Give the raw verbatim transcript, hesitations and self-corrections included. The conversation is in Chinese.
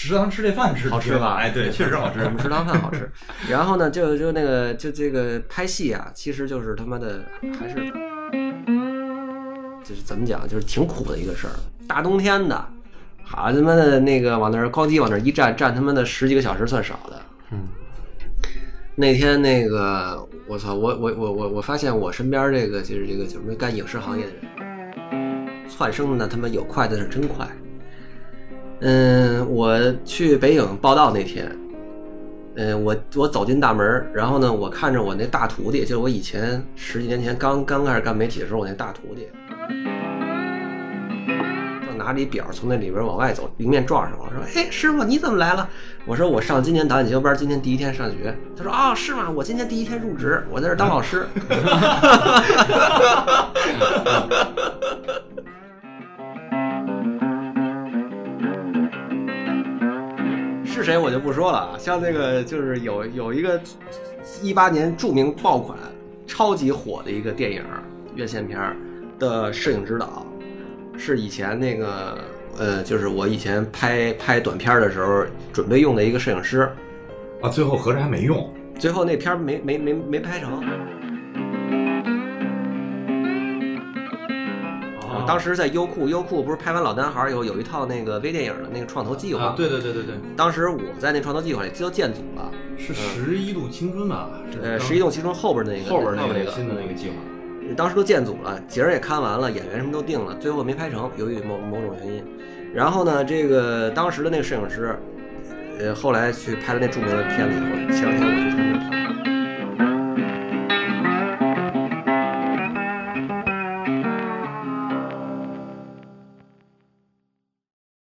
食堂吃这饭吃好吃吧？ 哎，对，确实好吃， 我们食堂饭好吃。然后呢，就就那个就这个拍戏啊，其实就是他妈的还是就是怎么讲，就是挺苦的一个事儿。大冬天的，好他妈的那个往那儿高低往那儿一站，站他妈的十几个小时算少的。 嗯。 那天那个我操，我我我我我发现我身边这个就是这个什么干影视行业的人，窜升的他妈有快的是真快。嗯，我去北影报道那天，嗯，我我走进大门，然后呢，我看着我那大徒弟，就是我以前十几年前刚刚开始干媒体的时候，我那大徒弟，就拿着一表从那里边往外走，迎面撞上我说：“哎，师傅你怎么来了？”我说：“我上今年导演节班，今天第一天上学。”他说：“哦，是吗？我今天第一天入职，我在这当老师。”是谁我就不说了啊，像那个就是有有一个一八年著名爆款、超级火的一个电影院线片的摄影指导，是以前那个呃，就是我以前拍拍短片的时候准备用的一个摄影师啊，最后合着还没用， 最后那片没没没没拍成。当时在优酷，优酷不是拍完《老男孩》以后有一套那个微电影的那个创投计划、 啊？对对对对对。 当时我在那创投计划里就建组了， 是十一度青春吧？ 呃，十一度青春后边那个后边那个新的那个计划， 当时都建组了，节儿也看完了，演员什么都定了，最后没拍成，由于某某种原因。然后呢，这个当时的那个摄影师，呃，后来去拍了那著名的片子以后，前两天我去他那儿看。